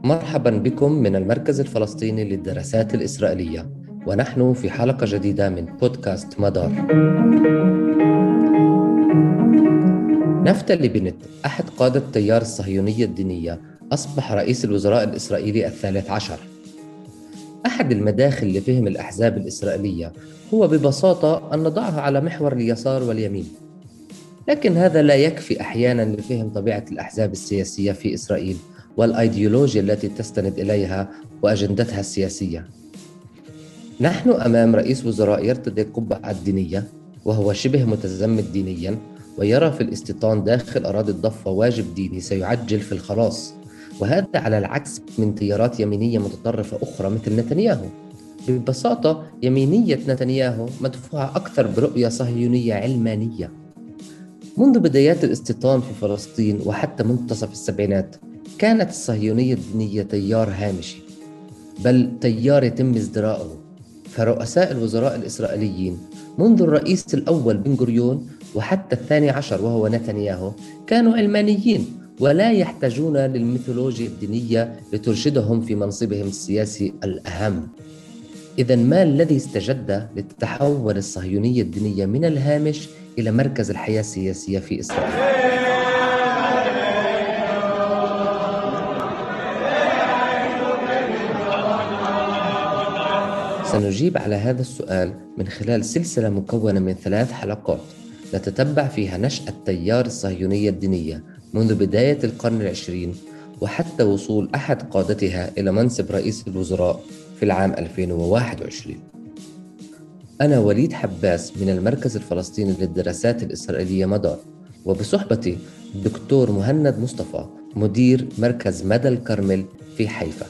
مرحبا بكم من المركز الفلسطيني للدراسات الإسرائيلية، ونحن في حلقة جديدة من بودكاست مدار. نفتالي بنت، أحد قادة تيار الصهيونية الدينية، أصبح رئيس الوزراء الإسرائيلي الثالث عشر. أحد المداخل لفهم الأحزاب الإسرائيلية هو ببساطة أن نضعها على محور اليسار واليمين، لكن هذا لا يكفي أحياناً لفهم طبيعة الأحزاب السياسية في إسرائيل والأيديولوجيا التي تستند إليها وأجندتها السياسية. نحن أمام رئيس وزراء يرتدي القبعة الدينية وهو شبه متزمت دينياً، ويرى في الاستيطان داخل أراضي الضفة واجب ديني سيعجل في الخلاص، وهذا على العكس من تيارات يمينية متطرفة أخرى مثل نتنياهو. ببساطة يمينية نتنياهو مدفوعة أكثر برؤية صهيونية علمانية. منذ بدايات الاستيطان في فلسطين وحتى منتصف السبعينات كانت الصهيونية الدينية تيار هامشي، بل تيار يتم ازدراءه. فرؤساء الوزراء الإسرائيليين منذ الرئيس الأول بن غوريون وحتى الثاني عشر وهو نتنياهو كانوا علمانيين ولا يحتاجون للميثولوجيا الدينية لترشدهم في منصبهم السياسي الأهم. إذن ما الذي استجد لتتحول الصهيونية الدينية من الهامش إلى مركز الحياة السياسية في إسرائيل؟ سنجيب على هذا السؤال من خلال سلسلة مكونة من 3 حلقات نتتبع فيها نشأة تيار الصهيونية الدينية منذ بداية القرن العشرين وحتى وصول أحد قادتها إلى منصب رئيس الوزراء في العام 2021. أنا وليد حباس من المركز الفلسطيني للدراسات الإسرائيلية مدار، وبصحبتي الدكتور مهند مصطفى مدير مركز مدى الكرمل في حيفا.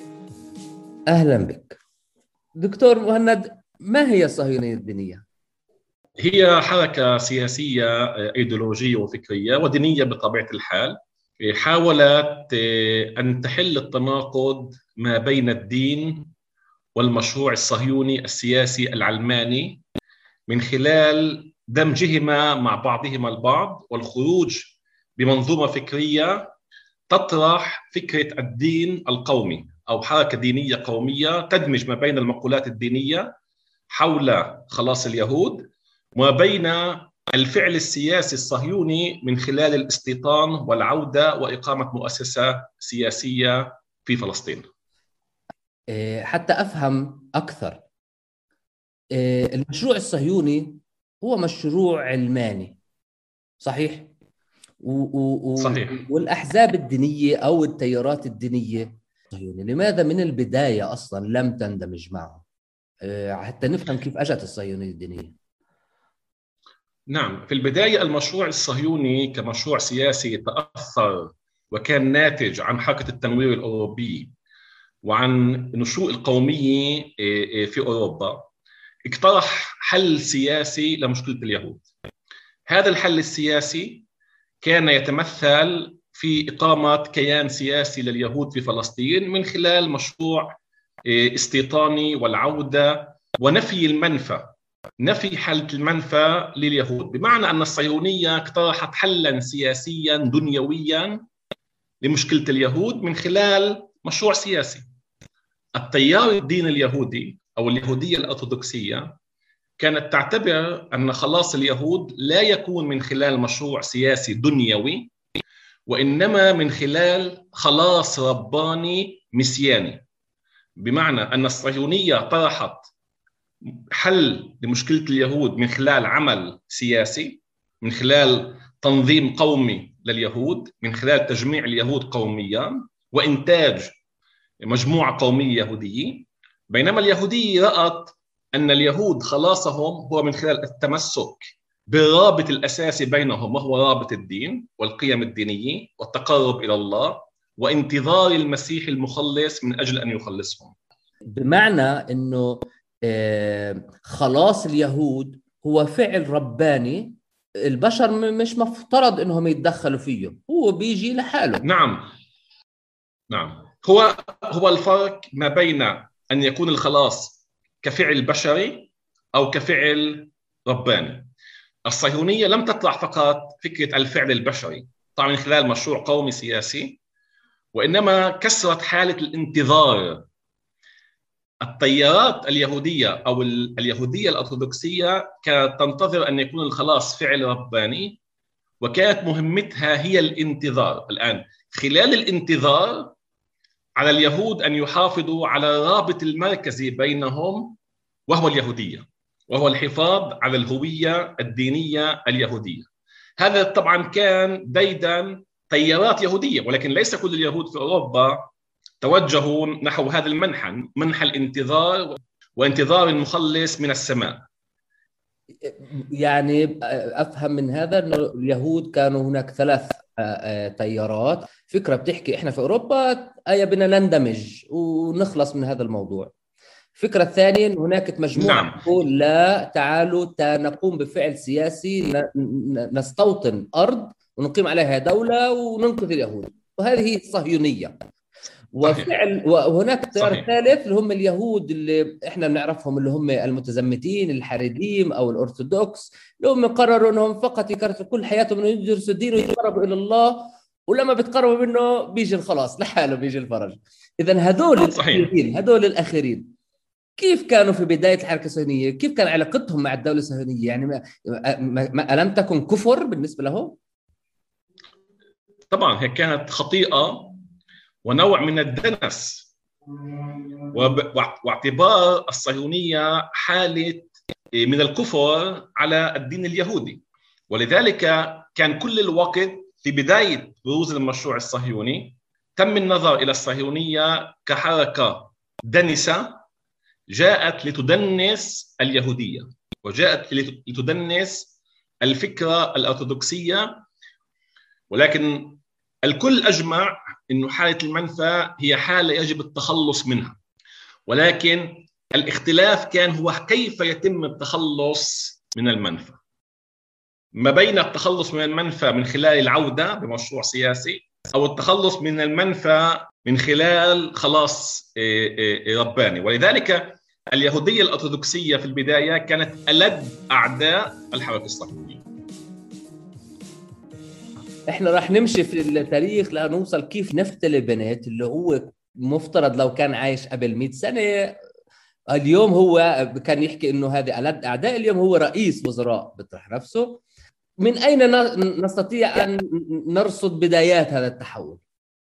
أهلا بك دكتور مهند. ما هي الصهيونية الدينية؟ هي حركة سياسية أيديولوجية وفكرية ودينية بطبيعة الحال. حاولت أن تحل التناقض ما بين الدين والمشروع الصهيوني السياسي العلماني من خلال دمجهما مع بعضهما البعض والخروج بمنظومة فكرية تطرح فكرة الدين القومي أو حركة دينية قومية تدمج ما بين المقولات الدينية حول خلاص اليهود وما بين الفعل السياسي الصهيوني من خلال الاستيطان والعودة وإقامة مؤسسة سياسية في فلسطين. حتى أفهم أكثر، المشروع الصهيوني هو مشروع علماني صحيح؟ صحيح. والأحزاب الدينية أو التيارات الدينية الصهيونية لماذا من البداية أصلا لم تندمج معه؟ حتى نفهم كيف أجت الصهيونية الدينية. نعم، في البداية المشروع الصهيوني كمشروع سياسي تأثر وكان ناتج عن حركة التنوير الأوروبي وعن نشوء القومية في أوروبا. اقترح حل سياسي لمشكلة اليهود. هذا الحل السياسي كان يتمثل في إقامة كيان سياسي لليهود في فلسطين من خلال مشروع استيطاني والعودة ونفي المنفى، نفي حالة المنفى لليهود، بمعنى أن الصهيونية اقترحت حلا سياسيا دنيويا لمشكلة اليهود من خلال مشروع سياسي. التيار الديني اليهودي أو اليهودية الأرثوذكسية كانت تعتبر أن خلاص اليهود لا يكون من خلال مشروع سياسي دنيوي، وإنما من خلال خلاص رباني مسياني، بمعنى أن الصهيونية طرحت حل لمشكلة اليهود من خلال عمل سياسي، من خلال تنظيم قومي لليهود، من خلال تجميع اليهود قوميا وإنتاج مجموعة قومية يهودية. بينما اليهودية رأت أن اليهود خلاصهم هو من خلال التمسك بالرابط الأساسي بينهم، وهو رابط الدين والقيم الدينية والتقرب إلى الله وانتظار المسيح المخلص من أجل أن يخلصهم. بمعنى أنه خلاص اليهود هو فعل رباني، البشر مش مفترض أنهم يتدخلوا فيه، هو بيجي لحاله. نعم، هو الفرق ما بين أن يكون الخلاص كفعل بشري أو كفعل رباني. الصهيونية لم تطلع فقط فكرة الفعل البشري، طبعا من خلال مشروع قومي سياسي، وإنما كسرت حالة الانتظار. التيارات اليهودية أو اليهودية الأرثوذكسية كانت تنتظر أن يكون الخلاص فعل رباني، وكانت مهمتها هي الانتظار. الآن خلال الانتظار على اليهود أن يحافظوا على الرابط المركزي بينهم، وهو اليهودية، وهو الحفاظ على الهوية الدينية اليهودية. هذا طبعا كان ديدن تيارات يهودية، ولكن ليس كل اليهود في أوروبا توجهوا نحو هذا المنحى، منحى الانتظار وانتظار المخلص من السماء. يعني أفهم من هذا أن اليهود كانوا هناك ثلاث تيارات. فكرة بتحكي إحنا في أوروبا بدنا نندمج ونخلص من هذا الموضوع. الفكرة الثانية أن هناك مجموعة نعم. تقول لا، تعالوا نقوم بفعل سياسي، نستوطن أرض ونقيم عليها دولة وننقذ اليهود، وهذه هي الصهيونية. وهناك التيار الثالث اللي هم اليهود اللي احنا بنعرفهم، اللي هم المتزمتين الحريديم او الارثوذكس، اللي هم قرروا انهم فقط يكرسوا كل حياتهم انه يدرسوا الدين ويتقربوا الى الله، ولما بيتقربوا منه بيجي الخلاص لحاله، بيجي الفرج. اذا هذول الاخرين كيف كانوا في بدايه الحركه الصهيونيه؟ كيف كان علاقتهم مع الدوله الصهيونيه؟ يعني الم تكن كفر بالنسبه لهم؟ طبعا هي كانت خطيئه ونوع من الدنس، واعتبار الصهيونية حالة من الكفر على الدين اليهودي. ولذلك كان كل الوقت في بداية بروز المشروع الصهيوني تم النظر إلى الصهيونية كحركة دنسة جاءت لتدنس اليهودية، وجاءت لتدنس الفكرة الأرثوذكسية. ولكن الكل أجمع إنه حالة المنفى هي حالة يجب التخلص منها، ولكن الاختلاف كان هو كيف يتم التخلص من المنفى. ما بين التخلص من المنفى من خلال العودة بمشروع سياسي، أو التخلص من المنفى من خلال خلاص رباني. ولذلك اليهودية الأرثوذكسية في البداية كانت ألد أعداء الحركة الصهيونية. احنا راح نمشي في التاريخ لنوصل كيف نفتلي بنت اللي هو مفترض لو كان عايش قبل 100 سنة، اليوم هو كان يحكي انه هذه ألد اعداء، اليوم هو رئيس وزراء بيطرح نفسه. من اين نستطيع ان نرصد بدايات هذا التحول؟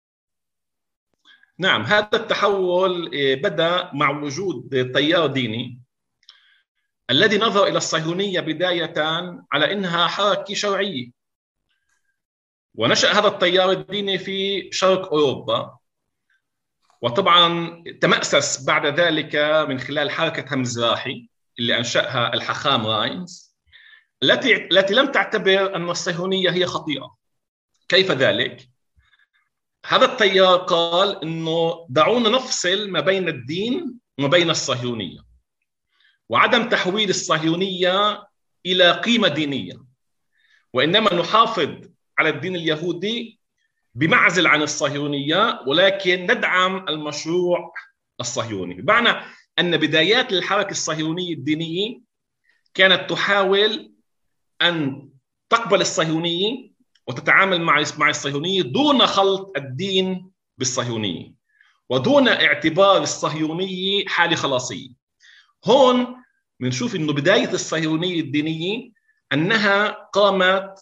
نعم، هذا التحول بدأ مع وجود تيار ديني الذي نظر إلى الصهيونية بداية على إنها حركة شرعية، ونشأ هذا التيار الديني في شرق أوروبا، وطبعا تمأسس بعد ذلك من خلال حركة مزراحي اللي أنشأها الحخام راينز، التي لم تعتبر أن الصهيونية هي خطيئة. كيف ذلك؟ هذا التيار قال إنه دعونا نفصل ما بين الدين وما بين الصهيونية، وعدم تحويل الصهيونية إلى قيمة دينية، وإنما نحافظ على الدين اليهودي بمعزل عن الصهيونية، ولكن ندعم المشروع الصهيوني. بمعنى أن بدايات الحركة الصهيونية الدينية كانت تحاول أن تقبل الصهيونية وتتعامل مع الصهيونية دون خلط الدين بالصهيونية، ودون اعتبار الصهيونية حالة خلاصية. هون بنشوف إنه بداية الصهيونية الدينية أنها قامت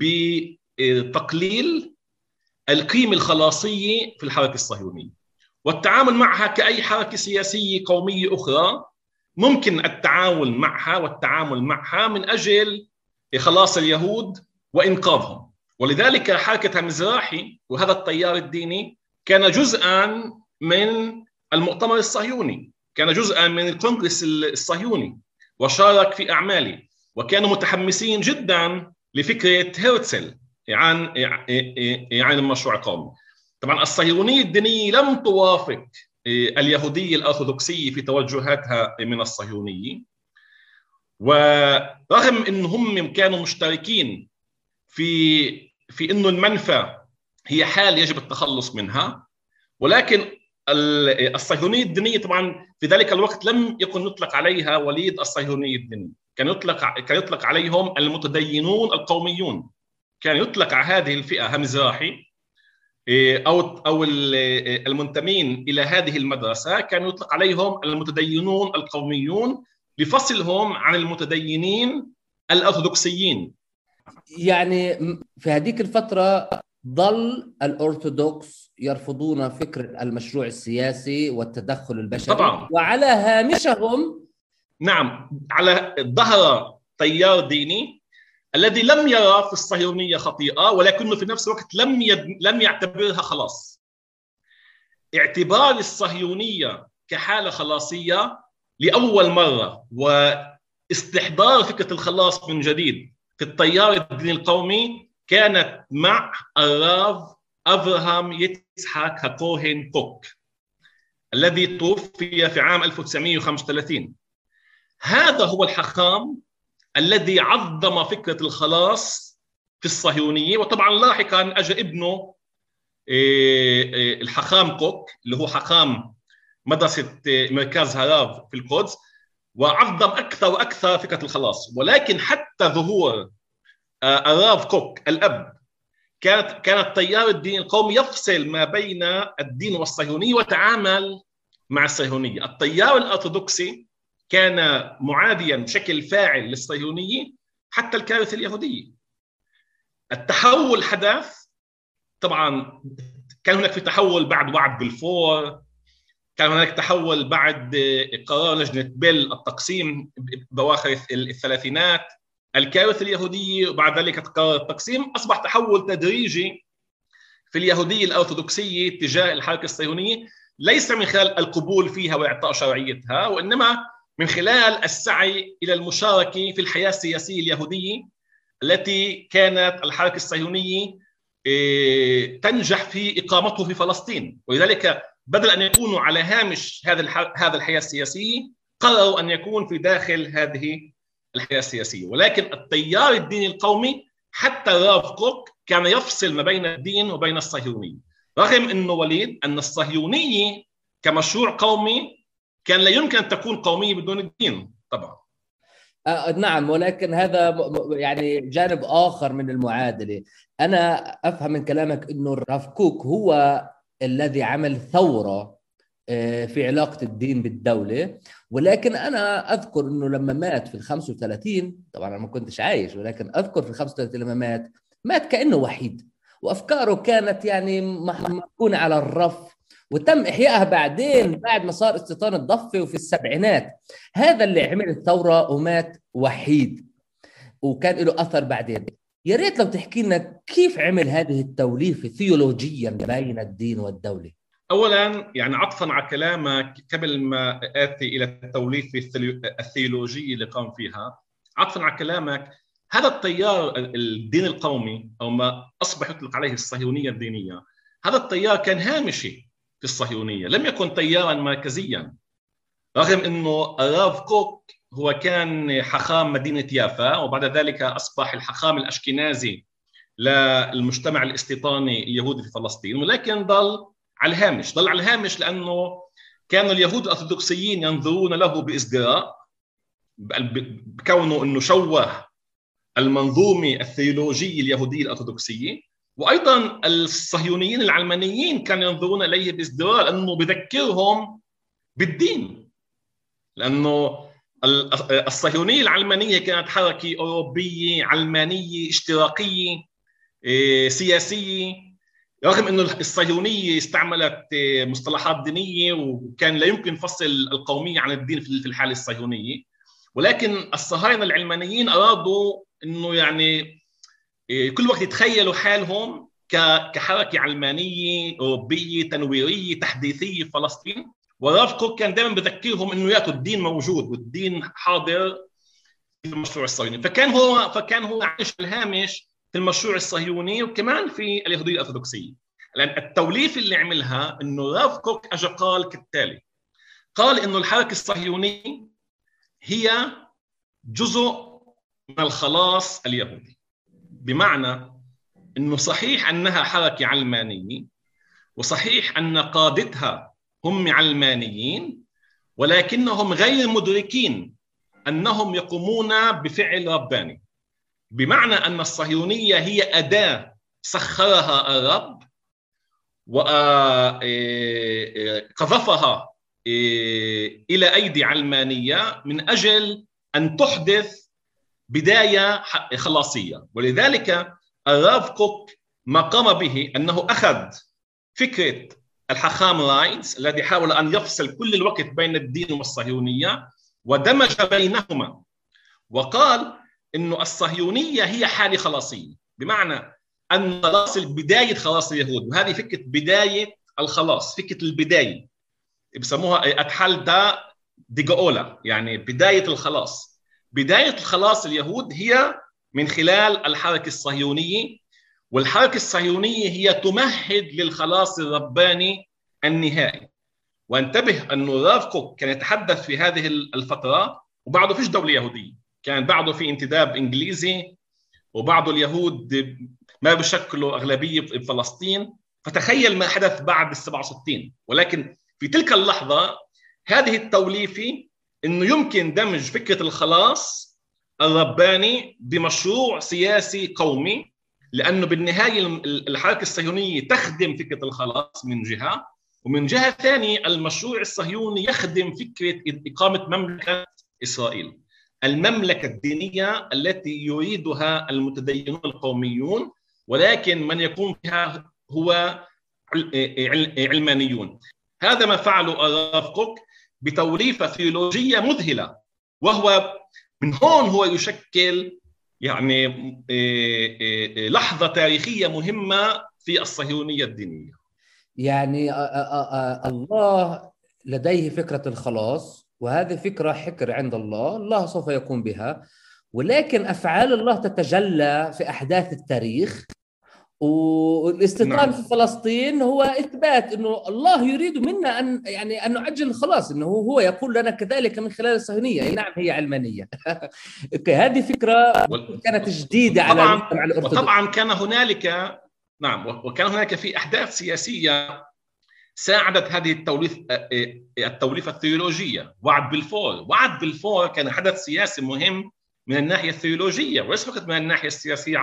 بتقليل القيمة الخلاصية في الحركة الصهيونية، والتعامل معها كأي حركة سياسية قومية أخرى ممكن التعاون معها من أجل خلاص اليهود وإنقاذهم. ولذلك حركة مزراحي وهذا التيار الديني كان جزءاً من المؤتمر الصهيوني، كان جزءاً من الكونغرس الصهيوني وشارك في أعماله، وكانوا متحمسين جداً لفكرة هرتزل عن المشروع القومي. طبعا الصهيونية الدينية لم توافق اليهودية الأرثوذكسية في توجهاتها من الصهيونية، ورغم أنهم كانوا مشتركين في أنه المنفى هي حال يجب التخلص منها، ولكن الصهيونية الدينية طبعا في ذلك الوقت لم يكن يطلق عليها وليد الصهيونية الدينية، كان يطلق عليهم المتدينون القوميون، كان يطلق على هذه الفئة مزراحي أو المنتمين إلى هذه المدرسة كانوا يطلق عليهم المتدينون القوميون لفصلهم عن المتدينين الأرثوذكسيين. يعني في هذيك الفترة ظل الأرثوذكس يرفضون فكرة المشروع السياسي والتدخل البشري طبعا. وعلى هامشهم نعم، على ظهر تيار ديني الذي لم يرى في الصهيونية خطيئة، ولكنه في نفس الوقت لم يعتبرها خلاص. اعتبار الصهيونية كحالة خلاصية لأول مرة واستحضار فكرة الخلاص من جديد في التيار الديني القومي كانت مع الراف أفراهام يتسحاك هكوهن كوك الذي توفي في عام 1935. هذا هو الحاخام الذي عظم فكرة الخلاص في الصهيونية. وطبعا لاحقا أجى ابنه الحاخام كوك اللي هو حاخام مدرسة مركز هراف في القدس، وعظم أكثر وأكثر فكرة الخلاص. ولكن حتى ظهور الراف كوك الأب كان التيار الديني القومي يفصل ما بين الدين والصهيونية وتعامل مع الصهيونية. التيار الأرثوذكسي كان معاديا بشكل فاعل للصهيونية حتى الكارثة اليهودية. التحول حدث طبعا، كان هناك في تحول بعد وعد بلفور، كان هناك تحول بعد قرار لجنة بيل التقسيم بأواخر الثلاثينات، الكارثة اليهودية، وبعد ذلك قرار التقسيم. أصبح تحول تدريجي في اليهودية الأرثوذكسية تجاه الحركة الصهيونية، ليس من خلال القبول فيها وإعطاء شرعيتها، وإنما من خلال السعي إلى المشاركة في الحياة السياسية اليهودية التي كانت الحركة الصهيونية تنجح في إقامته في فلسطين. ولذلك بدل أن يكونوا على هامش هذا الحياة السياسية، قرروا أن يكون في داخل هذه الحياة السياسية. ولكن التيار الديني القومي حتى راف كوك كان يفصل ما بين الدين وبين الصهيونية، رغم أنه وليد أن الصهيونية كمشروع قومي كان لا يمكن أن تكون قومية بدون الدين طبعا. نعم، ولكن هذا يعني جانب آخر من المعادلة. أنا أفهم من كلامك أنه راف كوك هو الذي عمل ثورة في علاقة الدين بالدولة، ولكن أنا أذكر أنه لما مات في 35، طبعا أنا ما كنتش عايش، ولكن أذكر في 35 لما مات كأنه وحيد، وأفكاره كانت يعني مركونة على الرف، وتم إحيائها بعدين بعد ما صار استيطان الضفة وفي السبعينات. هذا اللي عمل الثورة ومات وحيد وكان له أثر بعدين. يا ريت لو تحكي لنا كيف عمل هذه التوليفة ثيولوجيا بين الدين والدولة. أولا يعني عطفا على كلامك قبل ما آتي إلى التوليفة الثيولوجية اللي قام فيها، عطفا على كلامك، هذا التيار الدين القومي أو ما أصبح يطلق عليه الصهيونية الدينية، هذا التيار كان هامشي في الصهيونية، لم يكن تيارا مركزيا. رغم أنه راف كوك هو كان حاخام مدينة يافا، وبعد ذلك أصبح الحاخام الأشكنازي للمجتمع الاستيطاني اليهودي في فلسطين، ولكن ظل على الهامش لأنه كانوا اليهود الأرثوذكسيين ينظرون له بإزدراء بكونه أنه شوه المنظومة الثيولوجية اليهودية الأرثوذكسية، وأيضا الصهيونيين العلمانيين كانوا ينظرون إليه بإزدراء لأنه بذكرهم بالدين، لأنه الصهيونية العلمانية كانت حركة أوروبية علمانية اشتراكية سياسية، رغم أنه الصهيونية استعملت مصطلحات دينية وكان لا يمكن فصل القومية عن الدين في الحالة الصهيونية. ولكن الصهاينة العلمانيين أرادوا أنه يعني كل وقت يتخيلوا حالهم كحركة علمانية أوروبية تنويرية تحديثية في فلسطين، وراف كوك كان دائما بذكرهم انه ياتوا الدين موجود والدين حاضر في المشروع الصهيوني. فكان هو عايش الهامش في المشروع الصهيوني وكمان في اليهوديه الارثوذكسيه. لان التوليف اللي عملها انه راف كوك اجى قال كالتالي، قال انه الحركه الصهيونيه هي جزء من الخلاص اليهودي، بمعنى انه صحيح انها حركه علمانيه وصحيح ان قادتها هم علمانيين، ولكنهم غير مدركين أنهم يقومون بفعل رباني، بمعنى أن الصهيونية هي أداة سخرها الرب وقذفها إلى أيدي علمانية من أجل أن تحدث بداية خلاصية. ولذلك الراف كوك ما قام به أنه أخذ فكرة الحاخام راينز الذي حاول أن يفصل كل الوقت بين الدين والصهيونية ودمج بينهما، وقال إنه الصهيونية هي حالة خلاصية، بمعنى أن بداية خلاص اليهود، وهذه فكرة بداية الخلاص، فكرة البداية بسموها أتحلدا ديغولا، يعني بداية الخلاص. بداية الخلاص اليهود هي من خلال الحركة الصهيونية، والحركة الصهيونية هي تمهد للخلاص الرباني النهائي. وانتبه أنه راف كوك كان يتحدث في هذه الفترة وبعده فيش دولة يهودية، كان بعده في انتداب إنجليزي، وبعض اليهود ما بشكلوا أغلبية بفلسطين. فتخيل ما حدث بعد 67. ولكن في تلك اللحظة هذه التوليفة أنه يمكن دمج فكرة الخلاص الرباني بمشروع سياسي قومي، لأنه بالنهاية الحركة الصهيونية تخدم فكرة الخلاص من جهة، ومن جهة ثانية المشروع الصهيوني يخدم فكرة إقامة مملكة إسرائيل، المملكة الدينية التي يريدها المتدينون القوميون، ولكن من يقوم بها هو علمانيون. هذا ما فعله راف كوك بتوليفة ثيولوجية مذهلة، وهو من هون هو يشكل يعني لحظة تاريخية مهمة في الصهيونية الدينية. يعني الله لديه فكرة الخلاص، وهذه فكرة حكر عند الله، الله سوف يقوم بها، ولكن أفعال الله تتجلى في أحداث التاريخ. والاستيطان في فلسطين هو إثبات أنه الله يريد منا أن نعجل الخلاص، أنه هو يقول لنا كذلك من خلال الصهيونية. نعم، هي علمانية. هذه فكرة كانت جديدة على المجتمع الأرثوذكسي. وطبعا كان هنالك وكان هناك في أحداث سياسية ساعدت هذه التوليفة الثيولوجية. وعد بلفور كان حدث سياسي مهم من الناحية الثيولوجية، وليس فقط من الناحية السياسية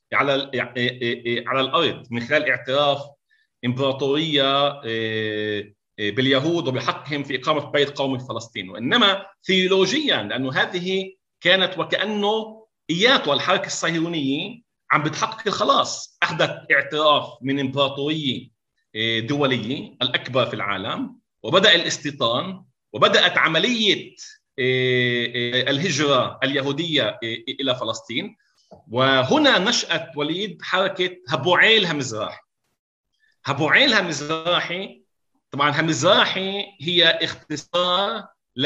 على الأرض، من خلال اعتراف إمبراطورية باليهود وبحقهم في إقامة بيت قومي في فلسطين، وإنما ثيولوجيا، لأنه هذه كانت وكأنه إياته الحركة الصهيونية عم بتحقق الخلاص. أحدث اعتراف من إمبراطورية دولية الأكبر في العالم، وبدأ الاستيطان، وبدأت عملية الهجرة اليهودية إلى فلسطين. وهنا نشأت وليد حركة هبوعيل همزراحي. هبوعيل همزراحي، طبعا همزراحي هي اختصار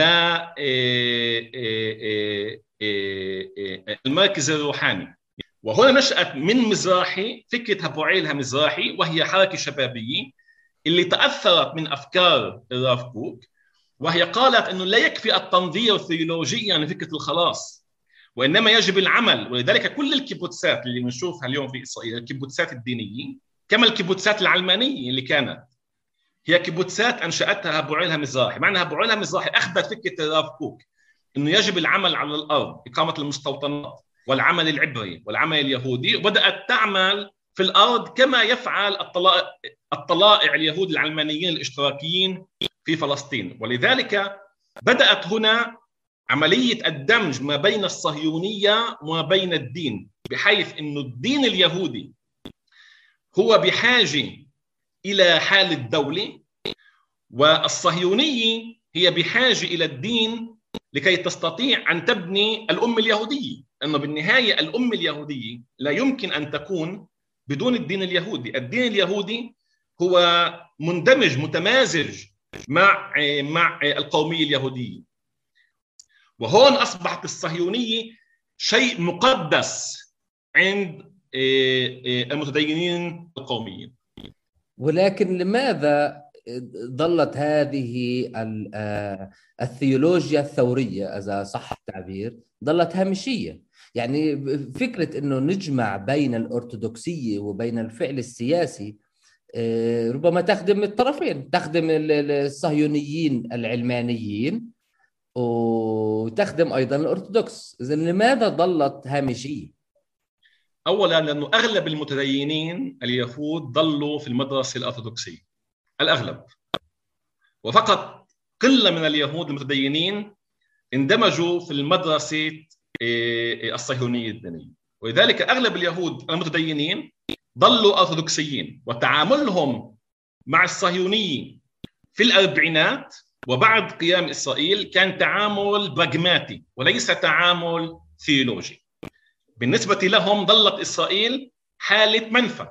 للمركز الروحاني. وهنا نشأت من مزراحي فكرة هبوعيل همزراحي، وهي حركة شبابية اللي تأثرت من أفكار راف كوك، وهي قالت أنه لا يكفي التنظير ثيولوجيا لفكرة الخلاص، وإنما يجب العمل. ولذلك كل الكيبوتسات اللي بنشوفها اليوم في إسرائيل، الكيبوتسات الدينية كما الكيبوتسات العلمانية اللي كانت، هي كيبوتسات أنشأتها هبوعيل همزراحي. معنى هبوعيل همزراحي أخذت فكرة راف كوك أنه يجب العمل على الأرض، إقامة المستوطنات والعمل العبري والعمل اليهودي، وبدأت تعمل في الأرض كما يفعل الطلائع اليهود العلمانيين الاشتراكيين في فلسطين. ولذلك بدأت هنا عملية الدمج ما بين الصهيونية وما بين الدين، بحيث أنه الدين اليهودي هو بحاجة إلى حال الدولة، والصهيونية هي بحاجة إلى الدين لكي تستطيع أن تبني الأمة اليهودية. أنه بالنهاية الأمة اليهودية لا يمكن أن تكون بدون الدين اليهودي. الدين اليهودي هو مندمج متمازج مع القومية اليهودية، وهون أصبحت الصهيونية شيء مقدس عند المتدينين القوميين. ولكن لماذا ظلت هذه الثيولوجيا الثورية، إذا صح التعبير، ظلت هامشية؟ يعني فكرة أنه نجمع بين الأرثوذكسية وبين الفعل السياسي ربما تخدم الطرفين، تخدم الصهيونيين العلمانيين وتخدم أيضا الأرثوذكس. إذن لماذا ظلت هامشية؟ أولا لأنه أغلب المتدينين اليهود ضلوا في المدرسة الأرثوذكسية، الأغلب، وفقط قلة من اليهود المتدينين اندمجوا في المدرسة الصهيونية الدينية. ولذلك أغلب اليهود المتدينين ضلوا أرثوذكسيين، وتعاملهم مع الصهيونية في الأربعينات وبعد قيام إسرائيل كان تعامل براغماتي وليس تعامل ثيولوجي. بالنسبة لهم ظلت إسرائيل حالة منفى،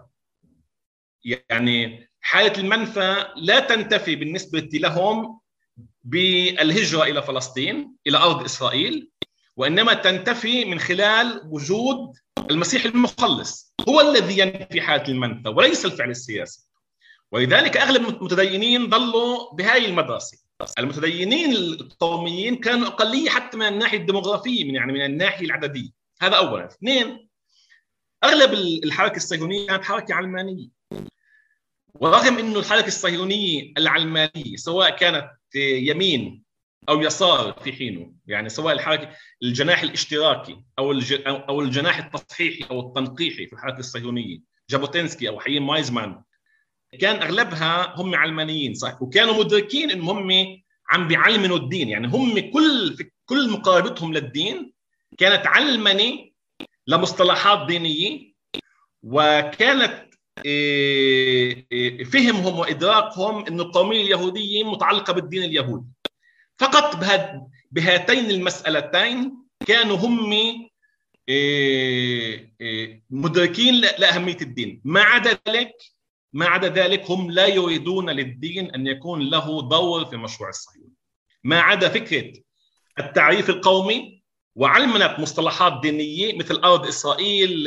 يعني حالة المنفى لا تنتفي بالنسبة لهم بالهجرة إلى فلسطين إلى أرض إسرائيل، وإنما تنتفي من خلال وجود المسيح المخلص، هو الذي ينفي حالة المنفى وليس الفعل السياسي. ولذلك أغلب المتدينين ظلوا بهاي المدرسة. المتدينين القوميين كانوا أقلية حتى من الناحية الديموغرافية، من الناحية العددية. هذا أولا. اثنين، أغلب الحركة الصهيونية كانت حركة علمانية، ورغم أنه الحركة الصهيونية العلمانية سواء كانت يمين أو يسار في حينه، يعني سواء الحركة الجناح الاشتراكي أو الجناح التصحيحي أو التنقيحي في الحركة الصهيونية، جابوتينسكي أو حيين مايزمان، كان أغلبها هم علمانيين صح، وكانوا مدركين إن هم عم بيعلمنوا الدين. يعني هم في كل مقاربتهم للدين كانت علمنة لمصطلحات دينية، وكانت فهمهم وإدراكهم إن القومية اليهودية متعلقة بالدين اليهودي. فقط بهاتين المسألتين كانوا هم مدركين لأهمية الدين. ما عدا ذلك هم لا يريدون للدين أن يكون له دور في المشروع الصهيوني، ما عدا فكرة التعريف القومي وعلمنة مصطلحات دينية مثل أرض إسرائيل،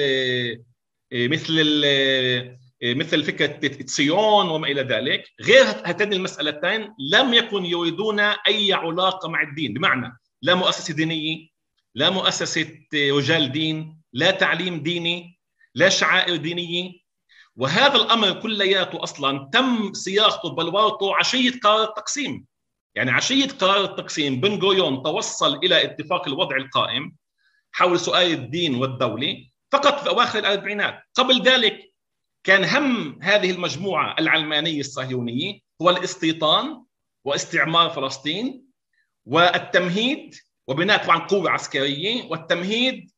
مثل فكرة صيون وما إلى ذلك. غير هاتين المسألتين لم يكن يريدون أي علاقة مع الدين، بمعنى لا مؤسسة دينية، لا مؤسسة رجال دين، لا تعليم ديني، لا شعائر دينية. وهذا الأمر كلياته أصلا تم صياغته بلورته عشية قرار التقسيم. يعني عشية قرار التقسيم بن غوريون توصل إلى اتفاق الوضع القائم حول سؤال الدين والدولة فقط في أواخر الأربعينات. قبل ذلك كان هم هذه المجموعة العلمانية الصهيونية هو الاستيطان واستعمار فلسطين والتمهيد وبناء طبعا قوة عسكرية والتمهيد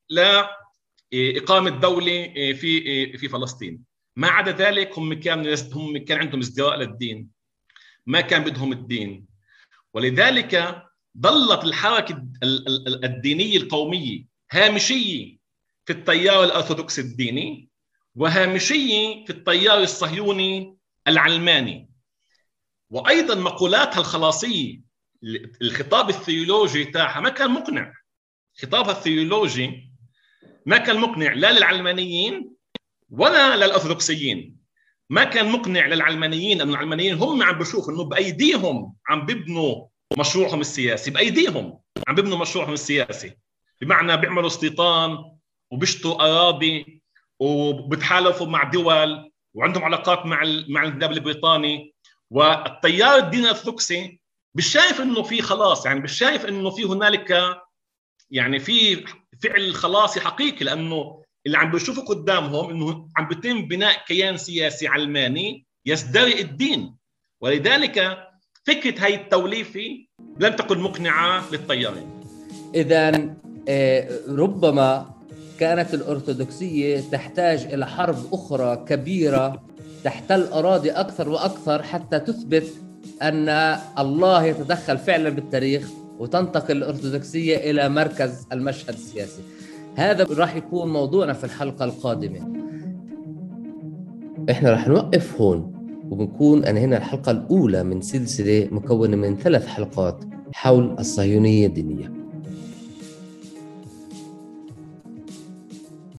لإقامة دولة في فلسطين. ما عدا ذلك هم كان عندهم ازدراء للدين، ما كان بدهم الدين. ولذلك ظلت الحركة الدينية القومية هامشية في التيار الأرثوذكسي الديني وهامشية في التيار الصهيوني العلماني. وأيضا مقولاتها الخلاصية، الخطاب الثيولوجي تاعها ما كان مقنع. خطابها الثيولوجي ما كان مقنع لا للعلمانيين ولا للأرثوذكسيين. ما كان مقنع للعلمانيين، أن العلمانيين هم عم بشوفوا أنه بأيديهم عم بيبنوا مشروعهم السياسي، بأيديهم عم بيبنوا مشروعهم السياسي، بمعنى بيعملوا استيطان وبيشتوا أراضي وبتحالفوا مع دول وعندهم علاقات مع الانتداب البريطاني. والتيار الديني الأرثوذكسي مش شايف أنه في خلاص، يعني مش شايف أنه في هنالك يعني في فعل خلاصي حقيقي، لأنه اللي عم بيشوفوا قدامهم انه عم بيتم بناء كيان سياسي علماني يزدرئ الدين. ولذلك فكره هاي التوليفه لم تكن مقنعه للتيارين. اذا ربما كانت الأرثوذكسية تحتاج إلى حرب أخرى كبيرة تحتل أراضي أكثر وأكثر حتى تثبت أن الله يتدخل فعلا بالتاريخ وتنتقل الأرثوذكسية إلى مركز المشهد السياسي. هذا راح يكون موضوعنا في الحلقة القادمة. إحنا راح نوقف هون وبنكون هنا الحلقة الأولى من سلسلة مكونة من 3 حلقات حول الصهيونية الدينية.